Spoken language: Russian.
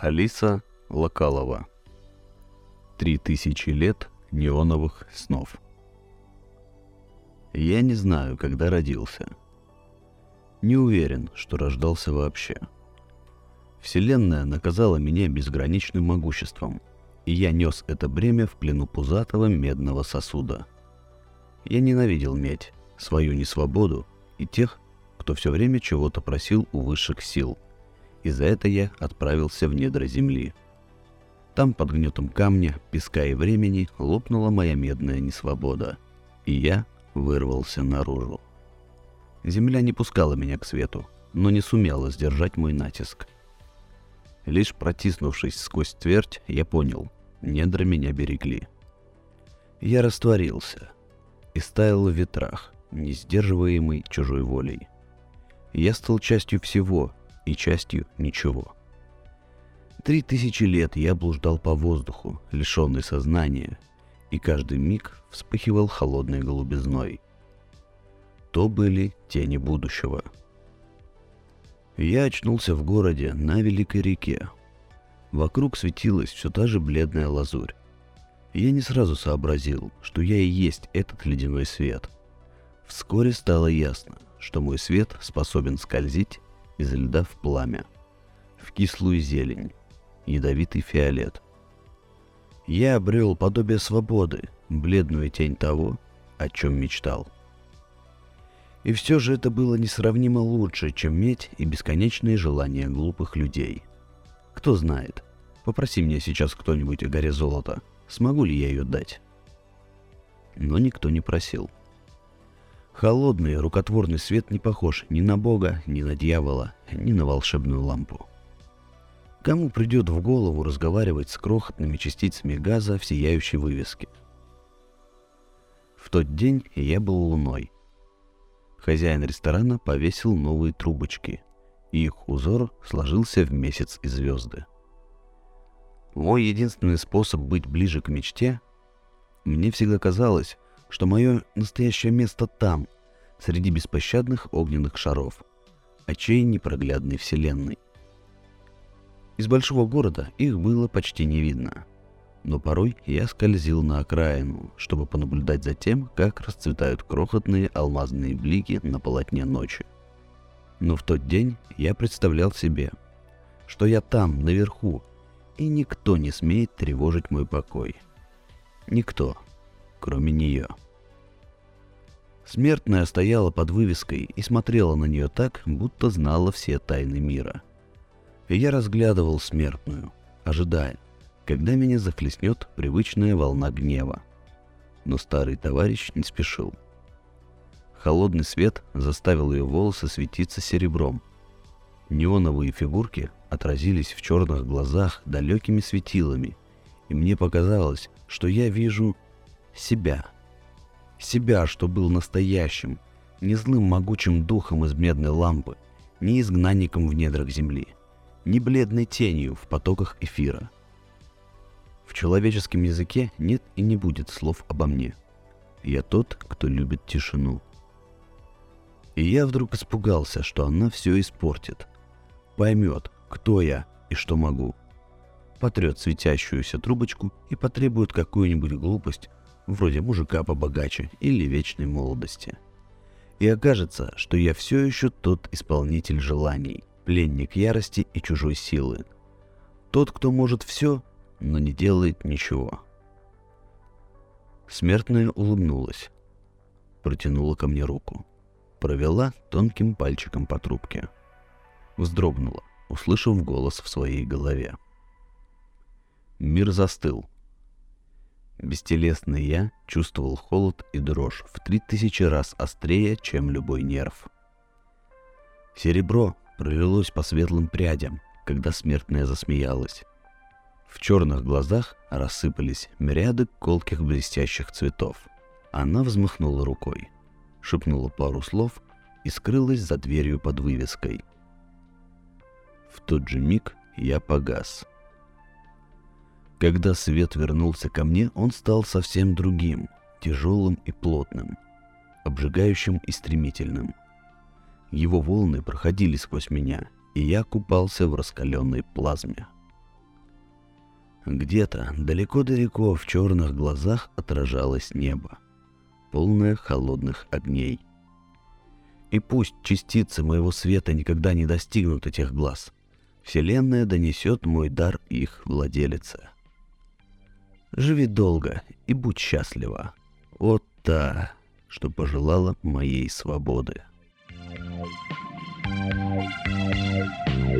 Алиса Локалова. 3000 лет неоновых снов. Я не знаю, когда родился. Не уверен, что рождался вообще. Вселенная наказала меня безграничным могуществом, и я нес это бремя в плену пузатого медного сосуда. Я ненавидел медь, свою несвободу и тех, кто все время чего-то просил у высших сил, и за это я отправился в недра земли. Там под гнетом камня, песка и времени лопнула моя медная несвобода, и я вырвался наружу. Земля не пускала меня к свету, но не сумела сдержать мой натиск. Лишь протиснувшись сквозь твердь, я понял, недра меня берегли. Я растворился и стаял в ветрах, не сдерживаемый чужой волей. Я стал частью всего и частью ничего. 3000 лет я блуждал по воздуху, лишенный сознания, и каждый миг вспыхивал холодной голубизной. То были тени будущего. Я очнулся в городе на Великой реке. Вокруг светилась все та же бледная лазурь. Я не сразу сообразил, что я и есть этот ледяной свет. Вскоре стало ясно, что мой свет способен скользить из льда в пламя, в кислую зелень, ядовитый фиолет. Я обрел подобие свободы, бледную тень того, о чем мечтал. И все же это было несравнимо лучше, чем медь и бесконечные желания глупых людей. Кто знает, попроси меня сейчас кто-нибудь о горе золота, смогу ли я ее дать? Но никто не просил. Холодный, рукотворный свет не похож ни на Бога, ни на дьявола, ни на волшебную лампу. Кому придет в голову разговаривать с крохотными частицами газа в сияющей вывеске? В тот день я был луной. Хозяин ресторана повесил новые трубочки, и их узор сложился в месяц и звезды. Мой единственный способ быть ближе к мечте — мне всегда казалось, что мое настоящее место там, среди беспощадных огненных шаров, очей непроглядной вселенной. Из большого города их было почти не видно, но порой я скользил на окраину, чтобы понаблюдать за тем, как расцветают крохотные алмазные блики на полотне ночи. Но в тот день я представлял себе, что я там, наверху, и никто не смеет тревожить мой покой. Никто, кроме нее. Смертная стояла под вывеской и смотрела на нее так, будто знала все тайны мира. И я разглядывал смертную, ожидая, когда меня захлестнет привычная волна гнева. Но старый товарищ не спешил. Холодный свет заставил ее волосы светиться серебром. Неоновые фигурки отразились в черных глазах далекими светилами, и мне показалось, что я вижу себя. Себя, что был настоящим, не злым могучим духом из медной лампы, не изгнанником в недрах земли, не бледной тенью в потоках эфира. В человеческом языке нет и не будет слов обо мне. Я тот, кто любит тишину. И я вдруг испугался, что она все испортит. Поймет, кто я и что могу. Потрет светящуюся трубочку и потребует какую-нибудь глупость, вроде мужика побогаче или вечной молодости. И окажется, что я все еще тот исполнитель желаний, пленник ярости и чужой силы. Тот, кто может все, но не делает ничего. Смертная улыбнулась, протянула ко мне руку, провела тонким пальчиком по трубке. Вздрогнула, услышав голос в своей голове. Мир застыл. Бестелесный я чувствовал холод и дрожь в 3000 раз острее, чем любой нерв. Серебро пролилось по светлым прядям, когда смертная засмеялась. В черных глазах рассыпались мириады колких блестящих цветов. Она взмахнула рукой, шепнула пару слов и скрылась за дверью под вывеской. В тот же миг я погас. Когда свет вернулся ко мне, он стал совсем другим, тяжелым и плотным, обжигающим и стремительным. Его волны проходили сквозь меня, и я купался в раскаленной плазме. Где-то далеко-далеко в черных глазах отражалось небо, полное холодных огней. И пусть частицы моего света никогда не достигнут этих глаз, Вселенная донесет мой дар их владелице. Живи долго и будь счастлива. Вот та, что пожелала моей свободы.